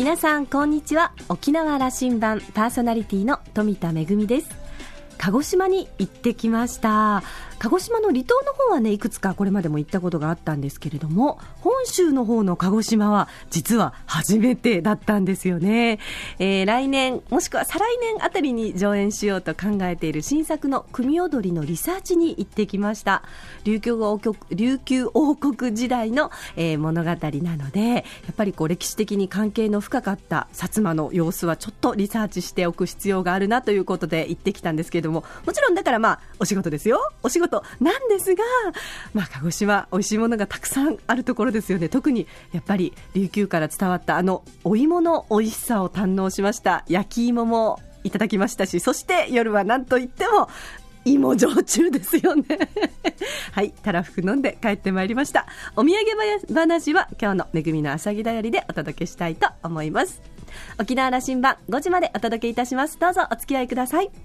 皆さんこんにちは。沖縄羅針盤パーソナリティの富田恵です。鹿児島に行ってきました。鹿児島の離島の方はね、いくつかこれまでも行ったことがあったんですけれども、本州の方の鹿児島は実は初めてだったんですよね。来年もしくは再来年あたりに上演しようと考えている新作の組踊りのリサーチに行ってきました。琉球王国時代の、物語なので、やっぱり歴史的に関係の深かった薩摩の様子はちょっとリサーチしておく必要があるなということで行ってきたんですけれども、もちろんだからお仕事ですよ。お仕事なんですが、鹿児島美味しいものがたくさんあるところですよね。特にやっぱり琉球から伝わったお芋の美味しさを堪能しました。焼き芋もいただきましたし、そして夜は何といっても芋焼酎ですよねはい、たらふく飲んで帰ってまいりました。お土産話は今日のめぐみのあさぎだよりでお届けしたいと思います。沖縄羅針盤5時までお届けいたします。どうぞお付き合いください。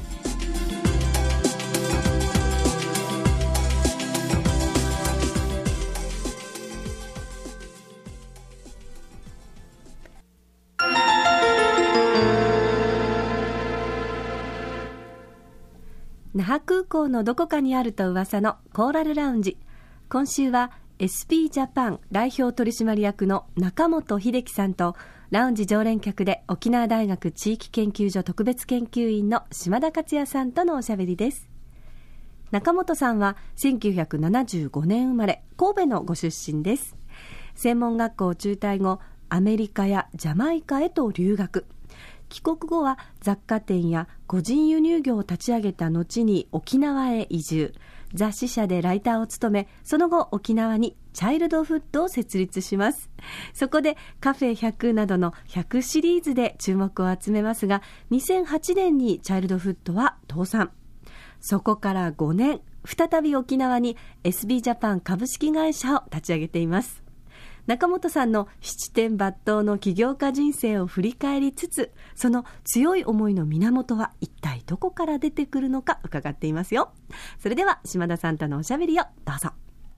那覇空港のどこかにあると噂のコーラルラウンジ。今週は SP ジャパン代表取締役の中本秀樹さんと、ラウンジ常連客で沖縄大学地域研究所特別研究員の島田克也さんとのおしゃべりです。中本さんは1975年生まれ、神戸のご出身です。専門学校を中退後、アメリカやジャマイカへと留学。帰国後は雑貨店や個人輸入業を立ち上げた後に沖縄へ移住。雑誌社でライターを務め、その後沖縄にチャイルドフッドを設立します。そこでカフェ100などの100シリーズで注目を集めますが、2008年にチャイルドフッドは倒産。そこから5年、再び沖縄に SB ジャパン株式会社を立ち上げています。中本さんの七転八倒の起業家人生を振り返りつつ、その強い思いの源は一体どこから出てくるのか伺っていますよ。それでは島田さんとのおしゃべりをどうぞ。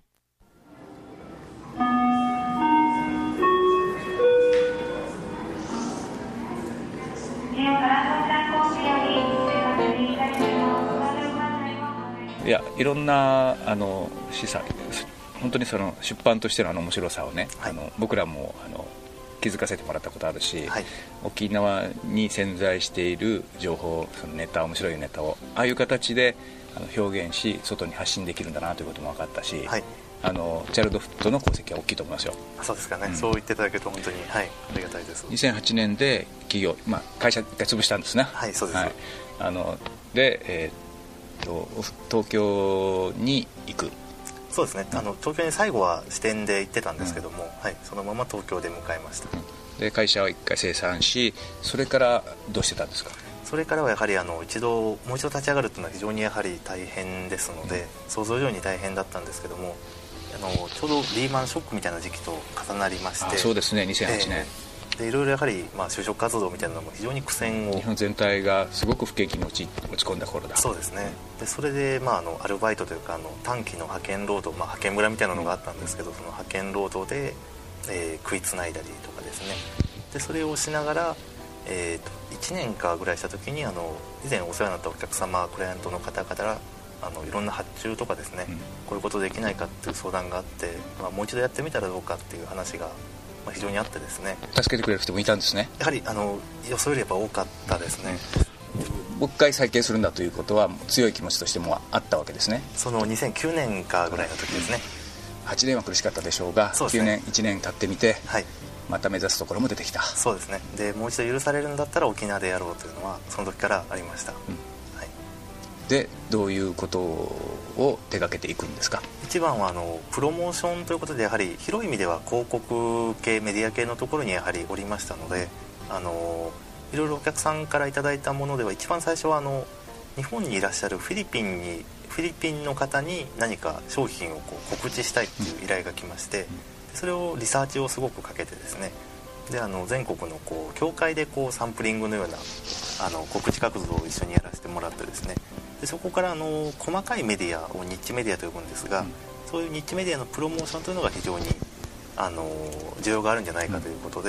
いろんな示唆、本当にその出版としての面白さをね、僕らも気づかせてもらったことあるし、沖縄に潜在している情報、そのネタ、面白いネタをああいう形で表現し外に発信できるんだなということも分かったし、チャイルドフッドの功績は大きいと思いますよ。 そうですかね、そう言っていただけると本当に、ありがたいです。 2008年で企業、会社一回潰したんですね。 そうです、 で、東京に行く。 そうですね、東京に最後は支店で行ってたんですけども、そのまま東京で迎えました。 で会社を一回清算し、それからどうしてたんですか？ それからはやはりもう一度立ち上がるというのは非常にやはり大変ですので、想像以上に大変だったんですけども、ちょうどリーマンショックみたいな時期と重なりまして。 そうですね、2008年、 でいろいろやはり、就職活動みたいなのも非常に苦戦を、 日本全体がすごく不景気に落ち込んだ頃だ。 そうですね。でそれで、アルバイトというか短期の派遣労働、派遣村みたいなのがあったんですけど、その派遣労働で、食いつないだりとかですね。でそれをしながら、1年かぐらいした時に以前お世話になったお客様、クライアントの方々からいろんな発注とかですね、こういうことできないかっていう相談があって、もう一度やってみたらどうかっていう話が非常にあってですね。 助けてくれる人もいたんですね。 やはり予想よりやっぱ多かったですね。 もう一回再建するんだということは強い気持ちとしてもあったわけですね。 その2009年かぐらいの時ですね。 8年は苦しかったでしょうが、9年1年経ってみて、また目指すところも出てきた。 そうですね。でもう一度許されるんだったら沖縄でやろうというのはその時からありました。 でどういうことを手掛けていくんですか？ 一番はプロモーションということで、やはり広い意味では広告系、メディア系のところにやはりおりましたので、いろいろお客さんからいただいたものでは、一番最初は日本にいらっしゃるフィリピンの方に何か商品を告知したいっていう依頼が来まして、それをリサーチをすごくかけてですね、で全国の協会でサンプリングのような告知活動を一緒にやらせてもらってですね、でそこから細かいメディアをニッチメディアと呼ぶんですが、そういうニッチメディアのプロモーションというのが非常に需要があるんじゃないかということで、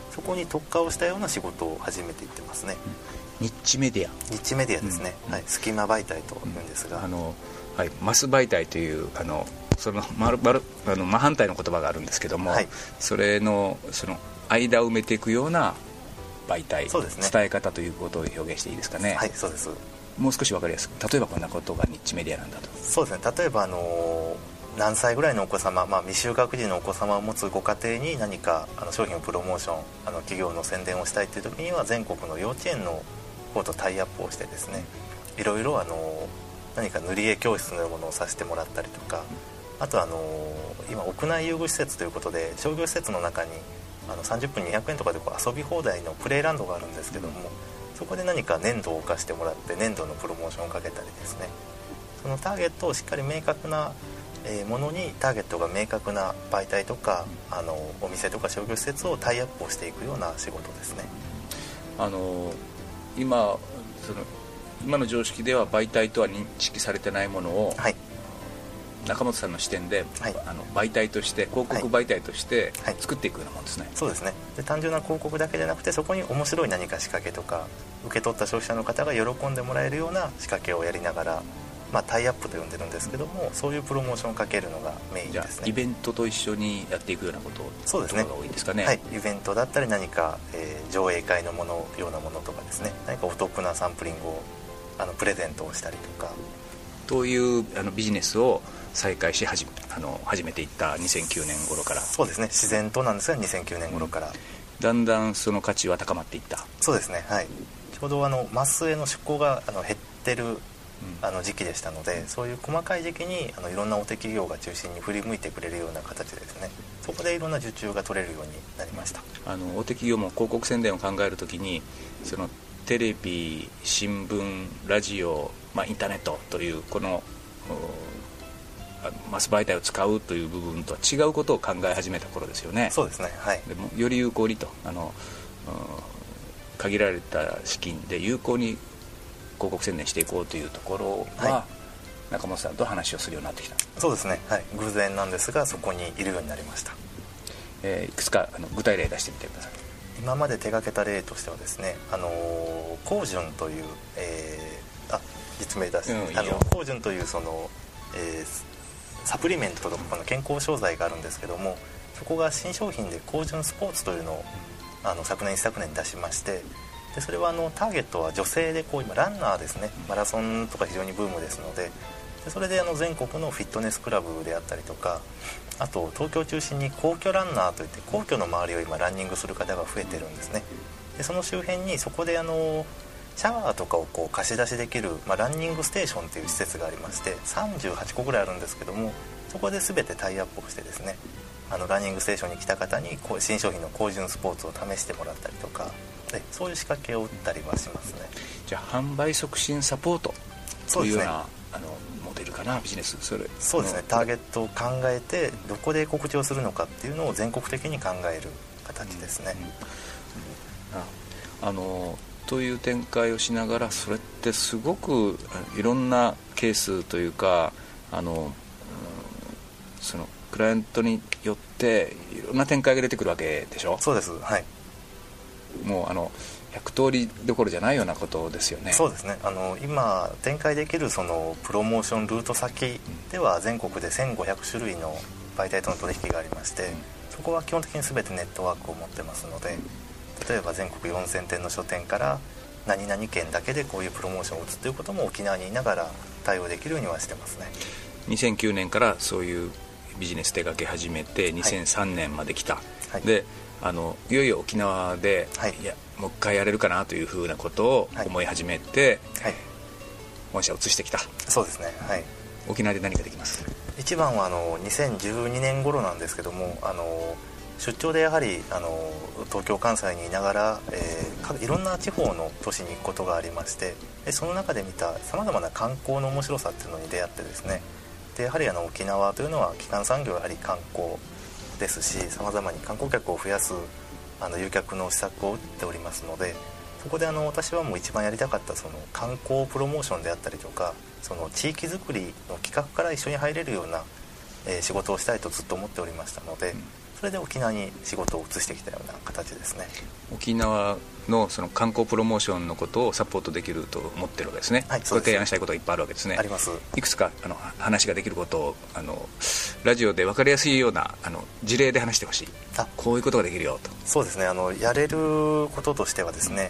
そこに特化をしたような仕事を始めていってますね。 ニッチメディア。 ニッチメディアですね、はい、隙間媒体というんですが、 はい、マス媒体というその真反対の言葉があるんですけども、はい、その間を埋めていくような媒体、そうですね、伝え方ということを表現していいですかね。 はい、そうです。 もう少し分かりやすく、例えばこんなことがニッチメディアなんだと。 そうですね、例えば何歳ぐらいのお子様、未就学児のお子様を持つご家庭に何か商品をプロモーション、企業の宣伝をしたいという時には全国の幼稚園の方とタイアップをしてですね、いろいろ何か塗り絵教室のようなものをさせてもらったりとか、あと今屋内遊具施設ということで商業施設の中に30分200円とかで遊び放題のプレイランドがあるんですけども、そこで何か粘土を置かしてもらって粘土のプロモーションをかけたりですね、そのターゲットをしっかり明確なものにターゲットが明確な媒体とかお店とか商業施設をタイアップをしていくような仕事ですね。 今の常識では媒体とは認識されてないものを、はい、中本さんの視点で、はい、媒体として広告媒体として作っていくようなものですね。 はい、そうですね。で単純な広告だけじゃなくて、そこに面白い何か仕掛けとか受け取った消費者の方が喜んでもらえるような仕掛けをやりながら、タイアップと呼んでるんですけども、そういうプロモーションをかけるのがメインですね。 じゃあイベントと一緒にやっていくようなことそうですね、 が多いんですかね。 はい、イベントだったり何か、上映会のようなものとかですね、何かお得なサンプリングをプレゼントをしたりとかというビジネスを再開し始めていった2009年頃から。 そうですね、自然となんですが2009年頃から、 だんだんその価値は高まっていった。 そうですね、はい、ちょうどマスへの出向が減ってる時期でしたので、そういう細かい時期にいろんな大手企業が中心に振り向いてくれるような形でですね、そこでいろんな受注が取れるようになりました。 大手企業も広告宣伝を考えるときにテレビ、新聞、ラジオ、インターネットというこのマス媒体を使うという部分とは違うことを考え始めた頃ですよね。 そうですね、はい、 でもより有効にと限られた資金で有効に広告宣伝していこうというところは、はい、中本さんと話をするようになってきた。 そうですね、はい、偶然なんですがそこにいるようになりました。 いくつか具体例出してみてください。 今まで手掛けた例としてはですね、コウジュンという、実名出して、コウジュンというサプリメントとかの健康商材があるんですけども、そこが新商品でコウジュンスポーツというのを昨年に出しまして、でそれはターゲットは女性で今ランナーですね、マラソンとか非常にブームですので、それで全国のフィットネスクラブであったりとか、あと東京を中心に皇居ランナーといって皇居の周りを今ランニングする方が増えてるんですね。でその周辺にそこでシャワーとかを貸し出しできる、ランニングステーションという施設がありまして、38個ぐらいあるんですけども、そこで全てタイアップをしてですね、ランニングステーションに来た方に新商品のコウジュンスポーツを試してもらったりとかで、そういう仕掛けを打ったりはしますね。 じゃあ販売促進サポートというようなモデルかな、ビジネス。そうですね、 ターゲットを考えてどこで告知をするのかっていうのを全国的に考える形ですね。 という展開をしながら、それってすごくいろんなケースというかそのクライアントによっていろんな展開が出てくるわけでしょ。 そうです、はい、 もう100通りどころじゃないようなことですよね。 そうですね、今展開できるプロモーションルート先では全国で1500種類の媒体との取引がありまして、そこは基本的に全てネットワークを持ってますので、例えば全国4000店の書店から何々県だけでこういうプロモーションを打つということも沖縄にいながら対応できるようにはしてますね。 2009年からそういうビジネス手掛け始めて2003年まで来た、はい、でいよいよ沖縄で、はい、いやもう一回やれるかなというふうなことを思い始めて、はい、本社を移してきた。 そうですね、はい、 沖縄で何ができます？ 一番は2012年頃なんですけども、出張でやはり東京関西にいながら、いろんな地方の都市に行くことがありまして、その中で見たさまざまな観光の面白さっていうのに出会ってですね、でやはり沖縄というのは基幹産業はやはり観光ですし、さまざまに観光客を増やす誘客の施策を打っておりますので、そこで私はもう一番やりたかった観光プロモーションであったりとか、地域づくりの企画から一緒に入れるような、仕事をしたいとずっと思っておりましたので、 それで沖縄に仕事を移してきたような形ですね。 沖縄のその観光プロモーションのことをサポートできると思ってるわけですね。 はい、 ご提案したいことがいっぱいあるわけですね。 あります。 いくつか話ができることをラジオで分かりやすいような事例で話してほしい。こういうことができるよと。 そうですね、やれることとしてはですね、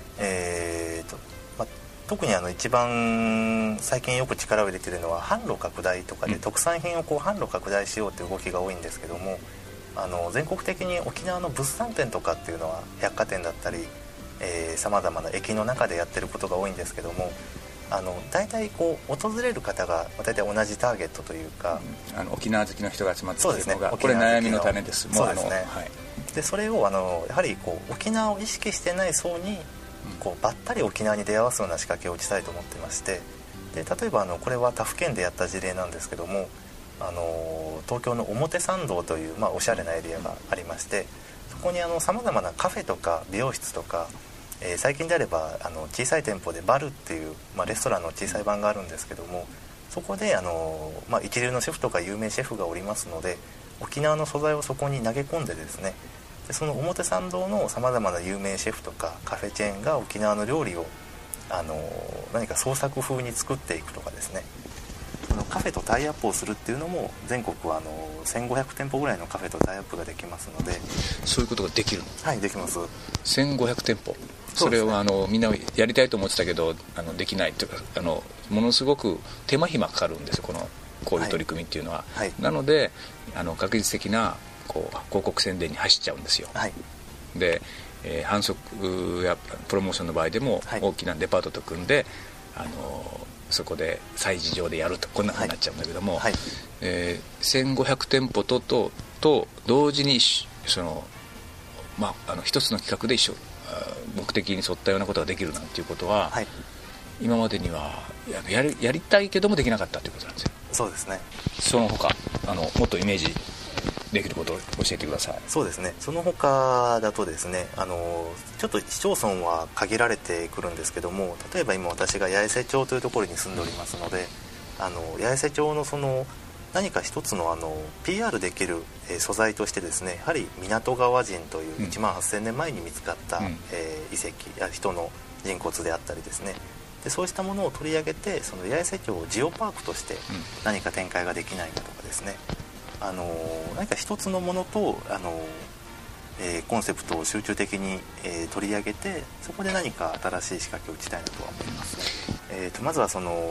特に一番最近よく力を入れているのは販路拡大とかで、特産品を販路拡大しようという動きが多いんですけども、全国的に沖縄の物産展とかっていうのは百貨店だったりさまざまな駅の中でやってることが多いんですけども、大体訪れる方が大体同じターゲットというか、 沖縄好きの人が集まってきているのが、 ね、 これ悩みの種です。 そうですね、でそれをやはり沖縄を意識してない層にばったり沖縄に出会わすような仕掛けを打ちたいと思っていまして、で例えばこれは他府県でやった事例なんですけども、東京の表参道という、おしゃれなエリアがありまして、そこにさまざまなカフェとか美容室とか、最近であれば小さい店舗でバルっていう、レストランの小さい版があるんですけども、そこで一流のシェフとか有名シェフがおりますので、沖縄の素材をそこに投げ込んでですね、でその表参道のさまざまな有名シェフとかカフェチェーンが沖縄の料理を何か創作風に作っていくとかですね、カフェとタイアップをするっていうのも全国は1500店舗ぐらいのカフェとタイアップができますので。 そういうことができるの？ はい、できます。 1500店舗、それをみんなやりたいと思ってたけどできないというか、ものすごく手間暇かかるんですよ、こういう取り組みっていうのは、はいはい、なので確実的な広告宣伝に走っちゃうんですよ、はい、で、販促やプロモーションの場合でも大きなデパートと組んで、そこで催事場でやるとこんな風になっちゃうんだけども、はいはい、1500店舗と同時に一つの企画で目的に沿ったようなことができるなんていうことは、はい、今までにはやりたいけどもできなかったということなんですよ。 そうですね。 その他もっとイメージできることを教えてください。 そうですね、その他だとですね、ちょっと市町村は限られてくるんですけども、例えば今私が八重瀬町というところに住んでおりますので、八重瀬町の何か一つのPR できる素材としてですね、やはり港川人という1万8000年前に見つかった、遺跡や人の人骨であったりですね、でそうしたものを取り上げて、その八重瀬町をジオパークとして何か展開ができないかとかですね、何か一つのものとコンセプトを集中的に、取り上げて、そこで何か新しい仕掛けを打ちたいなとは思いますね。まずは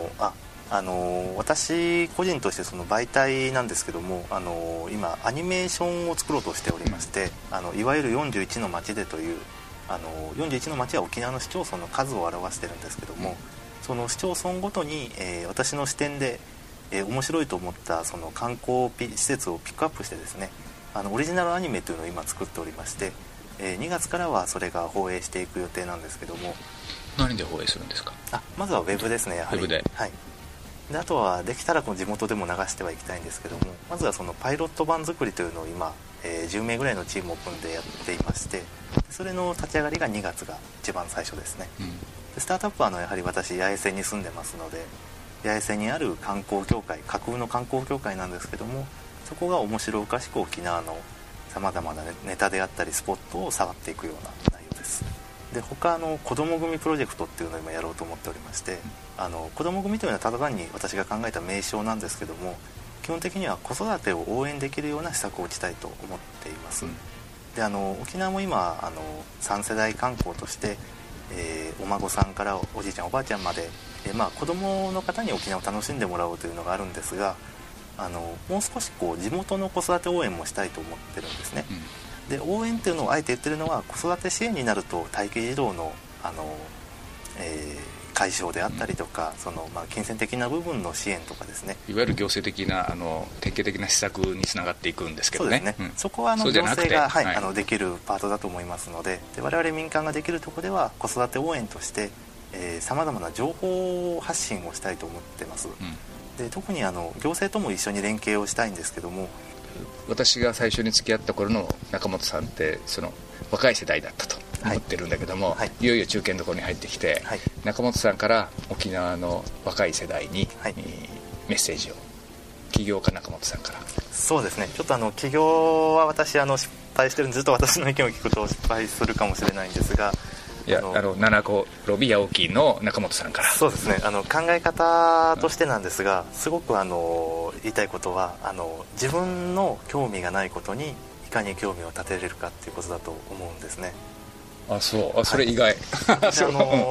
私個人としてその媒体なんですけども、今アニメーションを作ろうとしておりまして、いわゆる41の町でという41の町は沖縄の市町村の数を表してるんですけども、その市町村ごとに、私の視点で面白いと思ったその観光施設をピックアップしてですね、オリジナルアニメというのを今作っておりまして、2月からはそれが放映していく予定なんですけども。 何で放映するんですか？ まずはウェブですね、やはり。 ウェブで、 はい、であとはできたら地元でも流してはいきたいんですけども、まずはそのパイロット版作りというのを今、10名ぐらいのチームを組んでやっていまして、それの立ち上がりが2月が一番最初ですね、でスタートアップはやはり私八重瀬に住んでますので、八重瀬にある観光協会、架空の観光協会なんですけども、そこが面白おかしく沖縄のさまざまなネタであったりスポットを触っていくような内容です。で他子ども組プロジェクトっていうのを今やろうと思っておりまして、子ども組というのはただ単に私が考えた名称なんですけども、基本的には子育てを応援できるような施策を打ちたいと思っています。で沖縄も今3世代観光として、お孫さんからおじいちゃんおばあちゃんまで、子どもの方に沖縄を楽しんでもらおうというのがあるんですが、もう少し地元の子育て応援もしたいと思ってるんですね。で応援っていうのをあえて言ってるのは、子育て支援になると待機児童の解消であったりとか、金銭的な部分の支援とかですね、 いわゆる行政的な徹底的な施策につながっていくんですけどね。 そうですね、そこは行政が、できるパートだと思いますので、我々民間ができるところでは子育て応援としてさまざまな情報発信をしたいと思ってます。で特に行政とも一緒に連携をしたいんですけども、 私が最初に付き合った頃の中本さんって若い世代だったと思ってるんだけども、いよいよ中堅のところに入ってきて、中本さんから沖縄の若い世代に、メッセージを、起業家中本さんから。 そうですね、ちょっと起業は私失敗してるんで、ずっと私の意見を聞くと失敗するかもしれないんですが、 いや七転び八起きの中本さんから。 そうですね、考え方としてなんですが、すごく言いたいことは自分の興味がないことにいかに興味を立てれるかっていうことだと思うんですね。 それ意外、 はい、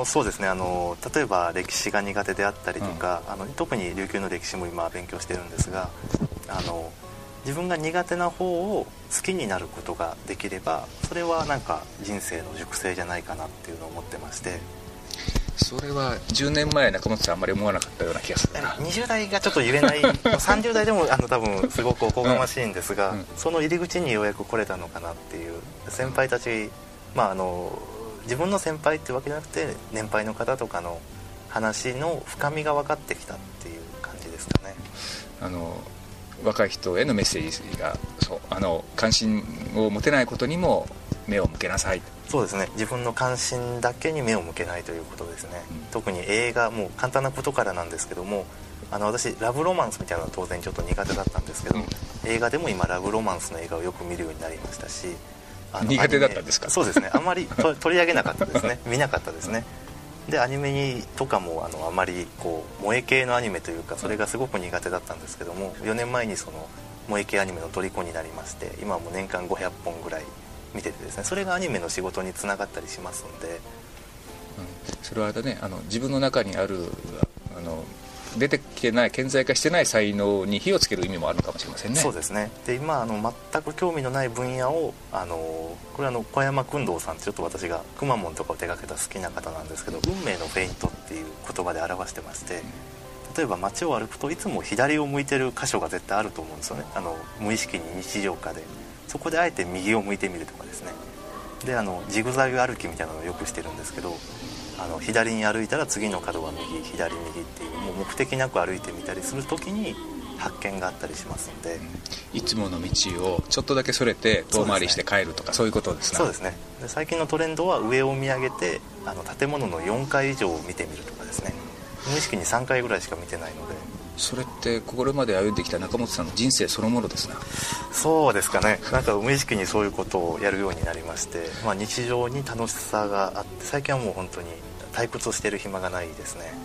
そうですね、例えば歴史が苦手であったりとか、特に琉球の歴史も今勉強してるんですが、自分が苦手な方を好きになることができれば、それはなんか人生の熟成じゃないかなっていうのを思ってまして。 それは10年前中本さんあんまり思わなかったような気がするな。 20代がちょっと言えない30代でも多分すごくおこがましいんですが、その入り口にようやく来れたのかなっていう。先輩たち、自分の先輩ってわけじゃなくて年配の方とかの話の深みが分かってきたっていう感じですかね。 若い人へのメッセージが関心を持てないことにも目を向けなさい。 そうですね、自分の関心だけに目を向けないということですね、特に映画、もう簡単なことからなんですけども、私ラブロマンスみたいなのは当然ちょっと苦手だったんですけど、映画でも今ラブロマンスの映画をよく見るようになりましたし。 苦手だったんですか？ そうですね、あんまり取り上げなかったですね見なかったですね。でアニメとかもあまり萌え系のアニメというか、それがすごく苦手だったんですけども、4年前にその萌え系アニメの虜になりまして、今も年間500本ぐらい見ててですね、それがアニメの仕事につながったりしますので、 それはね、自分の中にある出てきてない、顕在化してない才能に火をつける意味もあるのかもしれませんね。 そうですね。で今全く興味のない分野をこれ小山薫堂さんって、ちょっと私がくまモンとかを手掛けた好きな方なんですけど、運命のフェイントっていう言葉で表してまして、例えば街を歩くといつも左を向いてる箇所が絶対あると思うんですよね。無意識に日常下で、そこであえて右を向いてみるとかですね。でジグザグ歩きみたいなのをよくしてるんですけど、左に歩いたら次の角は右、左右っていう、もう目的なく歩いてみたりするときに発見があったりしますので、 いつもの道をちょっとだけそれて遠回りして帰るとか、そういうことですね。 そうですね。で最近のトレンドは上を見上げて建物の4階以上を見てみるとかですね。無意識に3階ぐらいしか見てないので、 それってこれまで歩んできた中本さんの人生そのものですね。 そうですかね。なんか無意識にそういうことをやるようになりまして、日常に楽しさがあって、最近はもう本当に退屈をしている暇がないですね。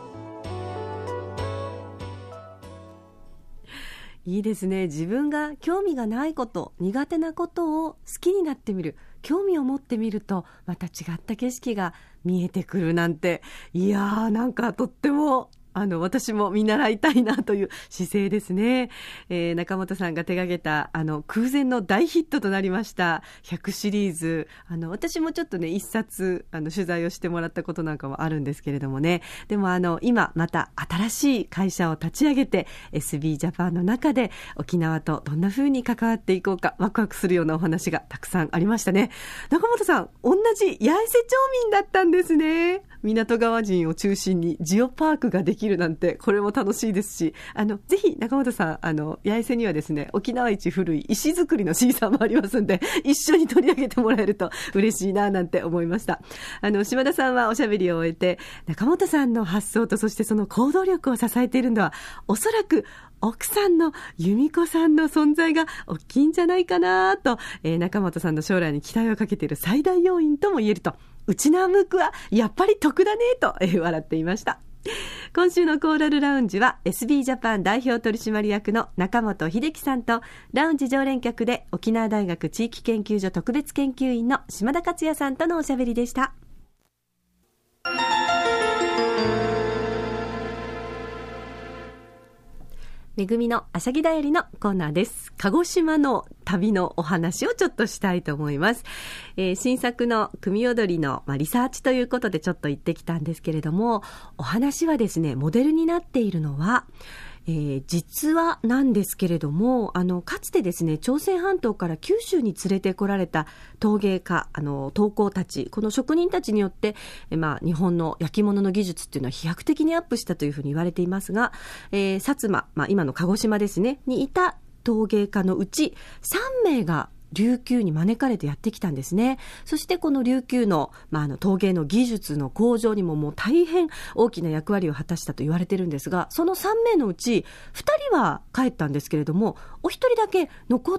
いいですね。自分が興味がないこと、苦手なことを好きになってみる、興味を持ってみるとまた違った景色が見えてくるなんて、いやー、なんかとっても私も見習いたいなという姿勢ですね。中本さんが手掛けた空前の大ヒットとなりました100シリーズ、私もちょっとね一冊取材をしてもらったことなんかもあるんですけれどもね。でも今また新しい会社を立ち上げて SB ジャパンの中で沖縄とどんな風に関わっていこうか、ワクワクするようなお話がたくさんありましたね。中本さん、同じ八重瀬町民だったんですね。港川人を中心にジオパークができるなんて、これも楽しいですし、ぜひ中本さん、八重瀬にはですね、沖縄一古い石造りのシーサーもありますんで、一緒に取り上げてもらえると嬉しいななんて思いました。島田さんはおしゃべりを終えて、中本さんの発想と、そしてその行動力を支えているのは、おそらく奥さんの由美子さんの存在が大きいんじゃないかなと、中本さんの将来に期待をかけている最大要因とも言えると、うちなムークはやっぱり得だねと、笑っていました。今週のコーラルラウンジは SB ジャパン代表取締役の中本秀樹さんと、ラウンジ常連客で沖縄大学地域研究所特別研究員の島田克也さんとのおしゃべりでした。めぐみのあしゃぎだよりのコーナーです。鹿児島の旅のお話をちょっとしたいと思います。新作の組踊りの、リサーチということでちょっと行ってきたんですけれども、お話はですね、モデルになっているのは、実話なんですけれども、かつてですね、朝鮮半島から九州に連れてこられた陶芸家、陶工たち、この職人たちによって、日本の焼き物の技術っていうのは飛躍的にアップしたというふうに言われていますが、薩摩、今の鹿児島ですね、にいた陶芸家のうち3名が琉球に招かれてやってきたんですね。そしてこの琉球の、陶芸の技術の向上にももう大変大きな役割を果たしたと言われてるんですが、その3名のうち2人は帰ったんですけれども、お一人だけ残って、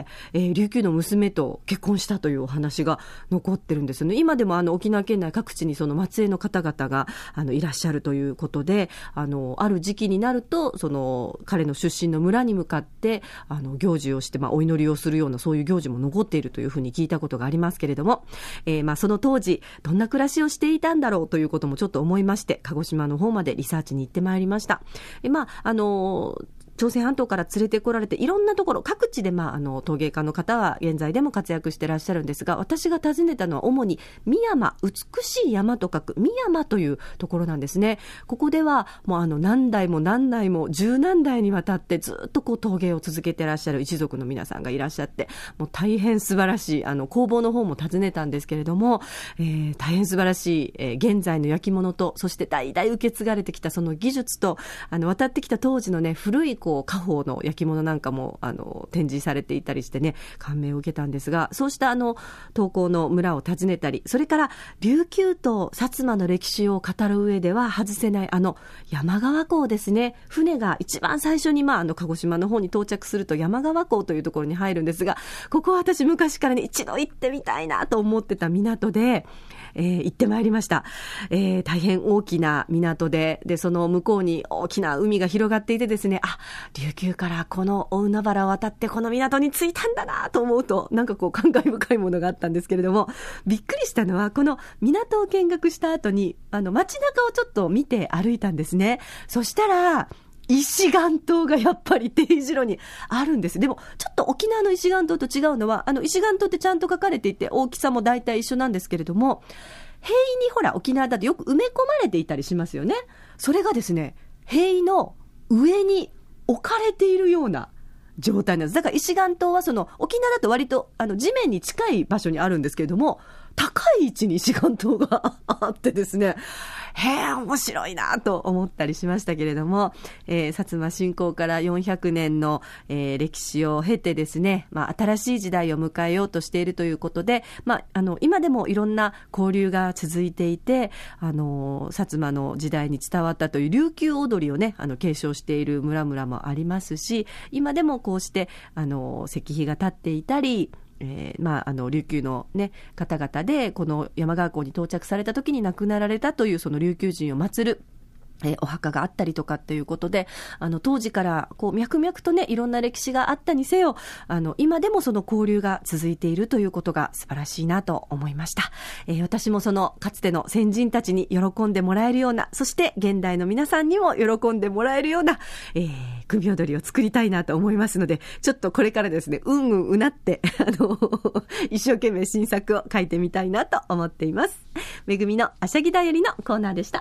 琉球の娘と結婚したというお話が残ってるんですよね。今でも沖縄県内各地にその末裔の方々がいらっしゃるということで、ある時期になるとその彼の出身の村に向かって行事をして、お祈りをするようなそういう行事も残っているというふうに聞いたことがありますけれども、その当時どんな暮らしをしていたんだろうということもちょっと思いまして、鹿児島の方までリサーチに行ってまいりました。朝鮮半島から連れてこられていろんなところ各地で、陶芸家の方は現在でも活躍してらっしゃるんですが、私が訪ねたのは主に美山、美しい山と書く美山というところなんですね。ここではもう何代も何代も十何代にわたってずっと陶芸を続けてらっしゃる一族の皆さんがいらっしゃって、もう大変素晴らしい工房の方も訪ねたんですけれども、大変素晴らしい、現在の焼き物と、そして代々受け継がれてきたその技術と渡ってきた当時のね古い家宝の焼き物なんかも展示されていたりしてね、感銘を受けたんですが、そうした陶工の村を訪ねたり、それから琉球と薩摩の歴史を語る上では外せない山川港ですね。船が一番最初に鹿児島の方に到着すると山川港というところに入るんですが、ここは私昔からね一度行ってみたいなと思ってた港で、行ってまいりました。大変大きな港で、その向こうに大きな海が広がっていてですね、琉球からこの大海原を渡ってこの港に着いたんだなと思うと、なんか感慨深いものがあったんですけれども、びっくりしたのはこの港を見学した後に街中をちょっと見て歩いたんですね。そしたら石岩島がやっぱり定時路にあるんです。でもちょっと沖縄の石岩島と違うのは、石岩島ってちゃんと書かれていて大きさも大体一緒なんですけれども、塀にほら沖縄だとよく埋め込まれていたりしますよね。それがですね、塀の上に置かれているような状態なんです。だから石岩島はその沖縄だと割と地面に近い場所にあるんですけれども、高い位置に石岩島があってですね、面白いなと思ったりしましたけれども、薩摩侵攻から400年の、歴史を経てですね、新しい時代を迎えようとしているということで、今でもいろんな交流が続いていて、薩摩の時代に伝わったという琉球踊りをね継承している村々もありますし、今でもこうして石碑が立っていたり、琉球の、方々でこの山川港に到着された時に亡くなられたというその琉球人を祀るお墓があったりとかっていうことで、当時から脈々とねいろんな歴史があったにせよ、今でもその交流が続いているということが素晴らしいなと思いました。私もそのかつての先人たちに喜んでもらえるような、そして現代の皆さんにも喜んでもらえるような、組踊りを作りたいなと思いますので、ちょっとこれからですねうなって一生懸命新作を書いてみたいなと思っています。めぐみのあしゃぎだよりのコーナーでした。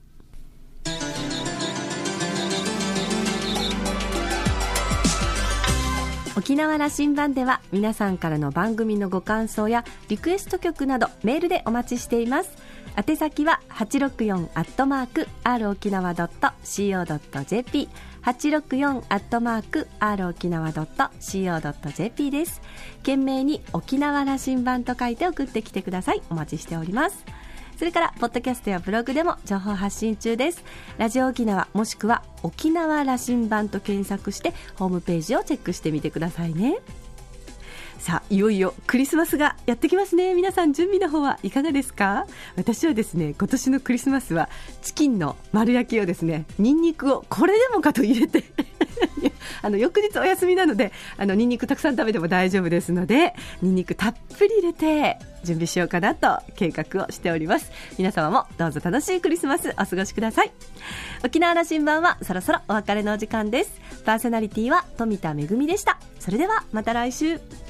沖縄羅針盤では皆さんからの番組のご感想やリクエスト曲などメールでお待ちしています。宛先は 864@r 沖縄 .co.jp864@r 沖縄 .co.jp です。懸命に沖縄羅針盤と書いて送ってきてください。お待ちしております。それからポッドキャストやブログでも情報発信中です。ラジオ沖縄もしくは沖縄羅針盤と検索してホームページをチェックしてみてくださいね。さあいよいよクリスマスがやってきますね。皆さん準備の方はいかがですか？私はですね今年のクリスマスはチキンの丸焼きをですね、ニンニクをこれでもかと入れて翌日お休みなのでニンニクたくさん食べても大丈夫ですので、ニンニクたっぷり入れて準備しようかなと計画をしております。皆様もどうぞ楽しいクリスマスお過ごしください。沖縄羅針盤はそろそろお別れのお時間です。パーソナリティは富田恵でした。それではまた来週。